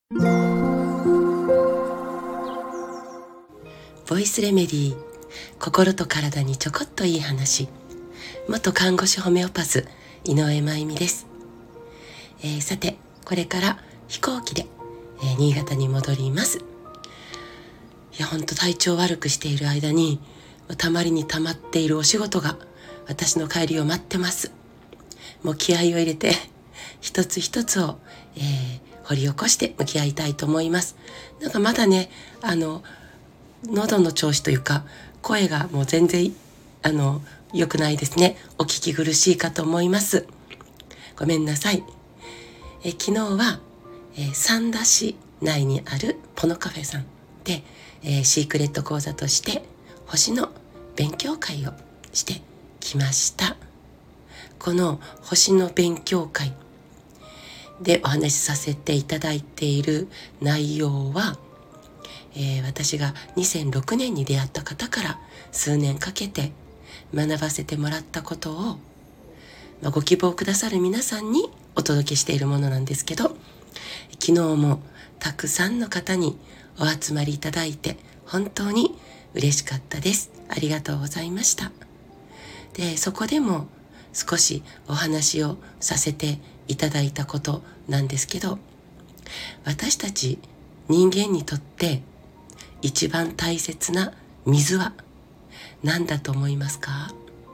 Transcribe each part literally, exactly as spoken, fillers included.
ボイスレメディー、心と体にちょこっといい話。元看護師ホメオパス井上真由美です。えー、さてこれから飛行機で、えー、新潟に戻ります。いやほんと体調悪くしている間にたまりにたまっているお仕事が私の帰りを待ってます。もう気合を入れて一つ一つを、えー、掘り起こして向き合いたいと思います。なんかまだねあの喉の調子というか声がもう全然あの良くないですね。お聞き苦しいかと思います。ごめんなさい。え昨日は、えー、三田市内にあるポノカフェさんで、えー、シークレット講座として星の勉強会をしてきました。この星の勉強会でお話しさせていただいている内容は、えー、私がにせんろくねんに出会った方から数年かけて学ばせてもらったことを、まあ、ご希望くださる皆さんにお届けしているものなんですけど、昨日もたくさんの方にお集まりいただいて本当に嬉しかったです。ありがとうございました。で、そこでも少しお話をさせていただいたことなんですけど、私たち人間にとって一番大切な水は何だと思いますか？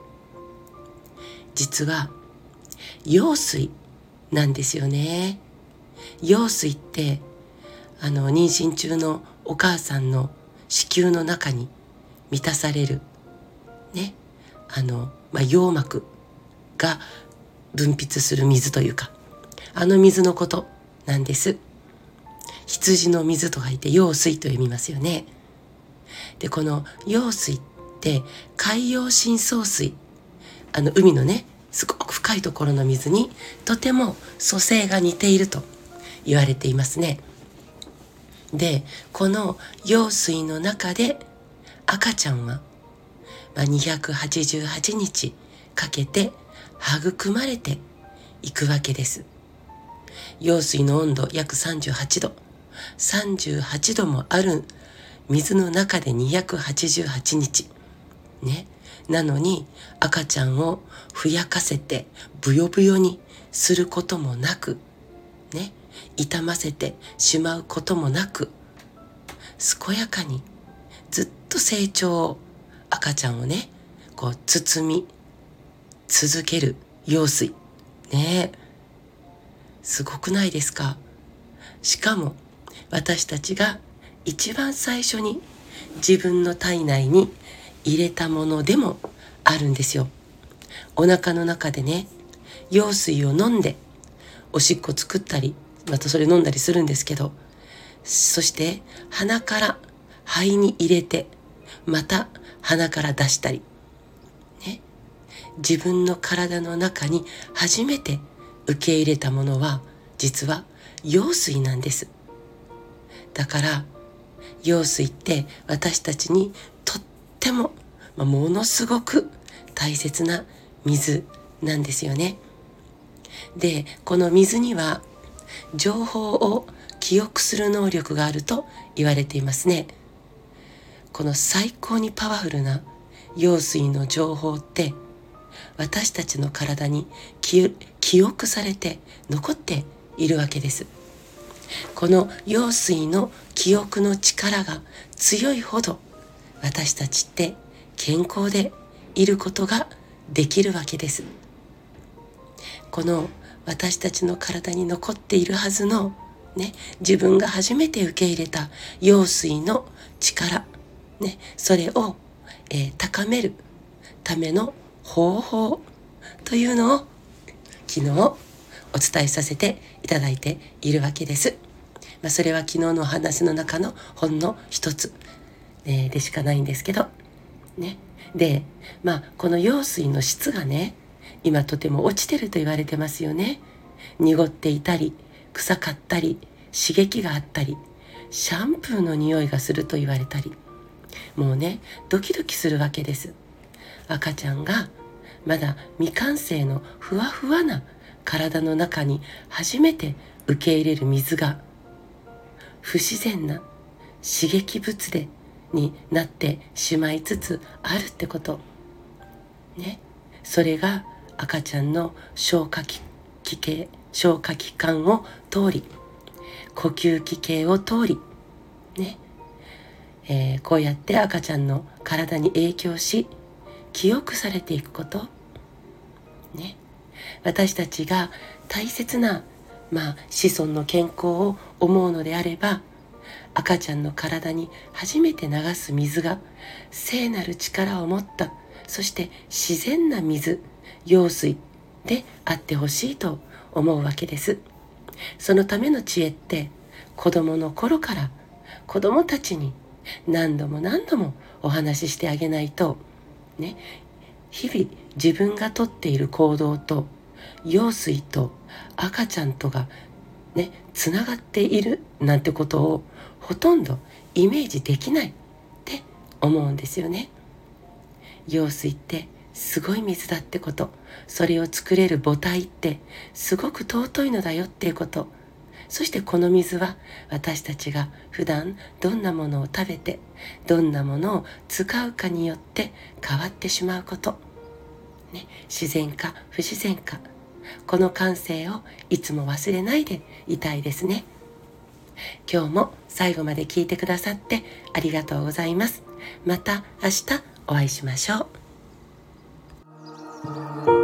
実は羊水なんですよね。羊水ってあの妊娠中のお母さんの子宮の中に満たされるね、あの、まあ、羊膜が分泌する水というか、あの水のことなんです。羊の水と書いて羊水と読みますよね。で、この羊水って海洋深層水、あの海のねすごく深いところの水にとても組成が似ていると言われていますね。で、この羊水の中で赤ちゃんは、まあ、にひゃくはちじゅうはちにちかけて育まれていくわけです。羊水の温度約さんじゅうはちど、さんじゅうはちどもある水の中でにひゃくはちじゅうはちにちね、なのに赤ちゃんをふやかせてブヨブヨにすることもなくね、痛ませてしまうこともなく、健やかにずっと成長を赤ちゃんをねこう包み続ける羊水ね、すごくないですか？しかも私たちが一番最初に自分の体内に入れたものでもあるんですよ。お腹の中でね羊水を飲んでおしっこ作ったり、またそれ飲んだりするんですけど、そして鼻から肺に入れてまた鼻から出したりね、自分の体の中に初めて受け入れたものは実は羊水なんです。だから羊水って私たちにとっても、まあ、ものすごく大切な水なんですよね。で、この水には情報を記憶する能力があると言われていますね。この最高にパワフルな羊水の情報って私たちの体に記憶されて残っているわけです。この羊水の記憶の力が強いほど私たちって健康でいることができるわけです。この私たちの体に残っているはずのね、自分が初めて受け入れた羊水の力、ね、それを、えー、高めるための方法というのを昨日お伝えさせていただいているわけです。まあ、それは昨日のお話の中のほんの一つ、えー、でしかないんですけどね。で、まあこの羊水の質がね今とても落ちてると言われてますよね。濁っていたり臭かったり刺激があったりシャンプーの匂いがすると言われたり、もうねドキドキするわけです。赤ちゃんがまだ未完成のふわふわな体の中に初めて受け入れる水が不自然な刺激物でになってしまいつつあるってことね。それが赤ちゃんの消化器系消化器官を通り、呼吸器系を通りね、えー、こうやって赤ちゃんの体に影響し記憶されていくことね。私たちが大切な、まあ、子孫の健康を思うのであれば、赤ちゃんの体に初めて流す水が聖なる力を持った、そして自然な水、用水であってほしいと思うわけです。そのための知恵って、子供の頃から子供たちに何度も何度もお話ししてあげないとね、日々自分がとっている行動と羊水と赤ちゃんとがねつながっているなんてことをほとんどイメージできないって思うんですよね。羊水ってすごい水だってこと、それを作れる母体ってすごく尊いのだよっていうこと、そしてこの水は私たちが普段どんなものを食べてどんなものを使うかによって変わってしまうこと、ね、自然か不自然か、この感性をいつも忘れないでいたいですね。今日も最後まで聞いてくださってありがとうございます。また明日お会いしましょう。